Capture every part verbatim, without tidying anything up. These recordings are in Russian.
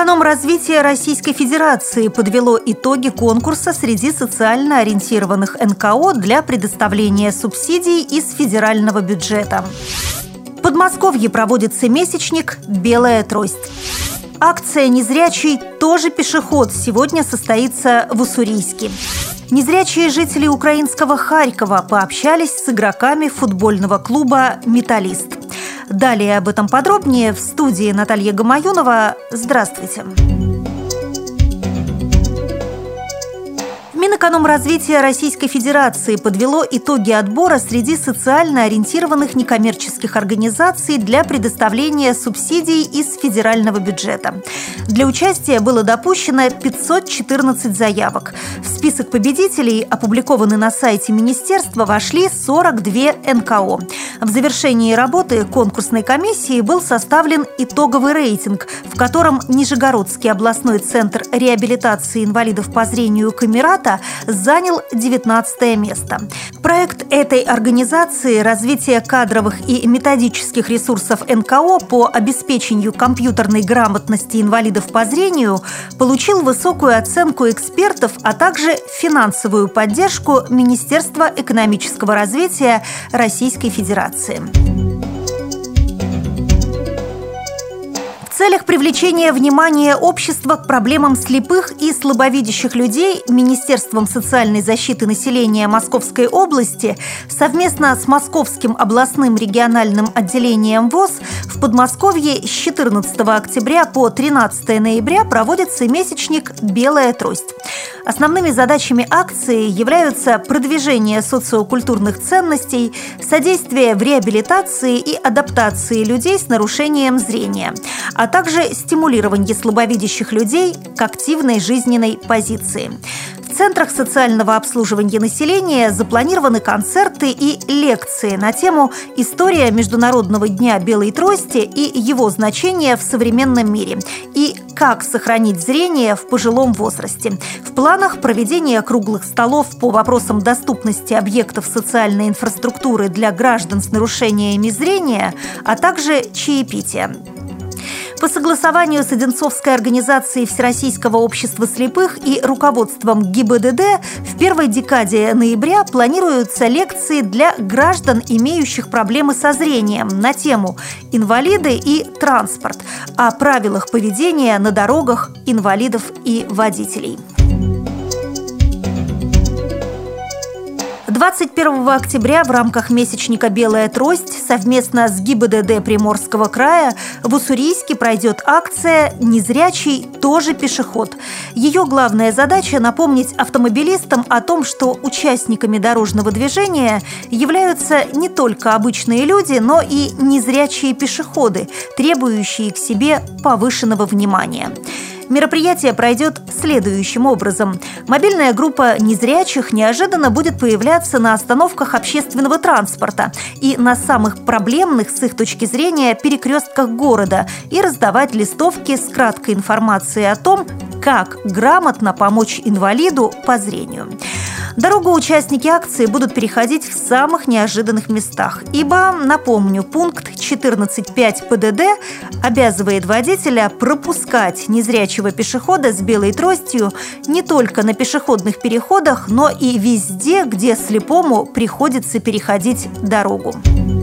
Минэкономразвития Российской Федерации подвело итоги конкурса среди социально ориентированных эн ка о для предоставления субсидий из федерального бюджета. В Подмосковье проводится месячник «Белая трость». Акция «Незрячий тоже пешеход» сегодня состоится в Уссурийске. Незрячие жители украинского Харькова пообщались с игроками футбольного клуба «Металлист». Далее об этом подробнее в студии Наталья Гамаюнова. Здравствуйте. Минэкономразвития Российской Федерации подвело итоги отбора среди социально ориентированных некоммерческих организаций для предоставления субсидий из федерального бюджета. Для участия было допущено пятьсот четырнадцать заявок. В список победителей, опубликованный на сайте министерства, вошли сорок две эн ка о. В завершении работы конкурсной комиссии был составлен итоговый рейтинг, в котором Нижегородский областной центр реабилитации инвалидов по зрению «Камерата» занял девятнадцатое место. Проект этой организации «Развитие кадровых и методических ресурсов эн ка о по обеспечению компьютерной грамотности инвалидов по зрению» получил высокую оценку экспертов, а также финансовую поддержку Министерства экономического развития Российской Федерации. В целях привлечения внимания общества к проблемам слепых и слабовидящих людей Министерством социальной защиты населения Московской области совместно с Московским областным региональным отделением ВОС в Подмосковье с четырнадцатого октября по тринадцатое ноября проводится месячник «Белая трость». Основными задачами акции являются продвижение социокультурных ценностей, содействие в реабилитации и адаптации людей с нарушением зрения, а также стимулирование слабовидящих людей к активной жизненной позиции. В центрах социального обслуживания населения запланированы концерты и лекции на тему «История Международного дня белой трости и его значение в современном мире» и «Как сохранить зрение в пожилом возрасте». В планах проведение круглых столов по вопросам доступности объектов социальной инфраструктуры для граждан с нарушениями зрения, а также чаепития. По согласованию с Одинцовской организацией Всероссийского общества слепых и руководством гэ и бэ дэ дэ в первой декаде ноября планируются лекции для граждан, имеющих проблемы со зрением, на тему «Инвалиды и транспорт», о правилах поведения на дорогах инвалидов и водителей. двадцать первого октября в рамках месячника «Белая трость» совместно с гэ и бэ дэ дэ Приморского края в Уссурийске пройдет акция «Незрячий тоже пешеход». Ее главная задача – напомнить автомобилистам о том, что участниками дорожного движения являются не только обычные люди, но и незрячие пешеходы, требующие к себе повышенного внимания. Мероприятие пройдет следующим образом. Мобильная группа незрячих неожиданно будет появляться на остановках общественного транспорта и на самых проблемных, с их точки зрения, перекрестках города и раздавать листовки с краткой информацией о том, как грамотно помочь инвалиду по зрению. Дорогу участники акции будут переходить в самых неожиданных местах, ибо, напомню, пункт четырнадцать пять пэ дэ дэ обязывает водителя пропускать незрячего пешехода с белой тростью не только на пешеходных переходах, но и везде, где слепому приходится переходить дорогу.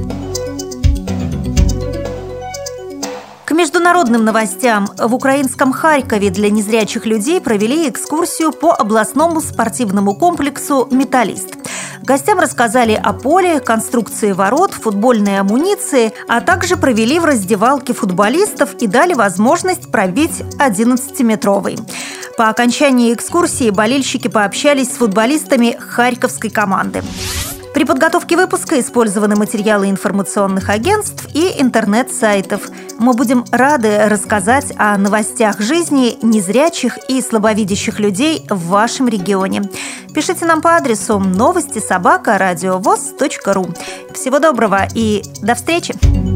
К международным новостям. В украинском Харькове для незрячих людей провели экскурсию по областному спортивному комплексу «Металлист». Гостям рассказали о поле, конструкции ворот, футбольной амуниции, а также провели в раздевалке футболистов и дали возможность пробить одиннадцатиметровый. По окончании экскурсии болельщики пообщались с футболистами харьковской команды. При подготовке выпуска использованы материалы информационных агентств и интернет-сайтов. Мы будем рады рассказать о новостях жизни незрячих и слабовидящих людей в вашем регионе. Пишите нам по адресу новости собака радиовоз точка ру. Всего доброго и до встречи!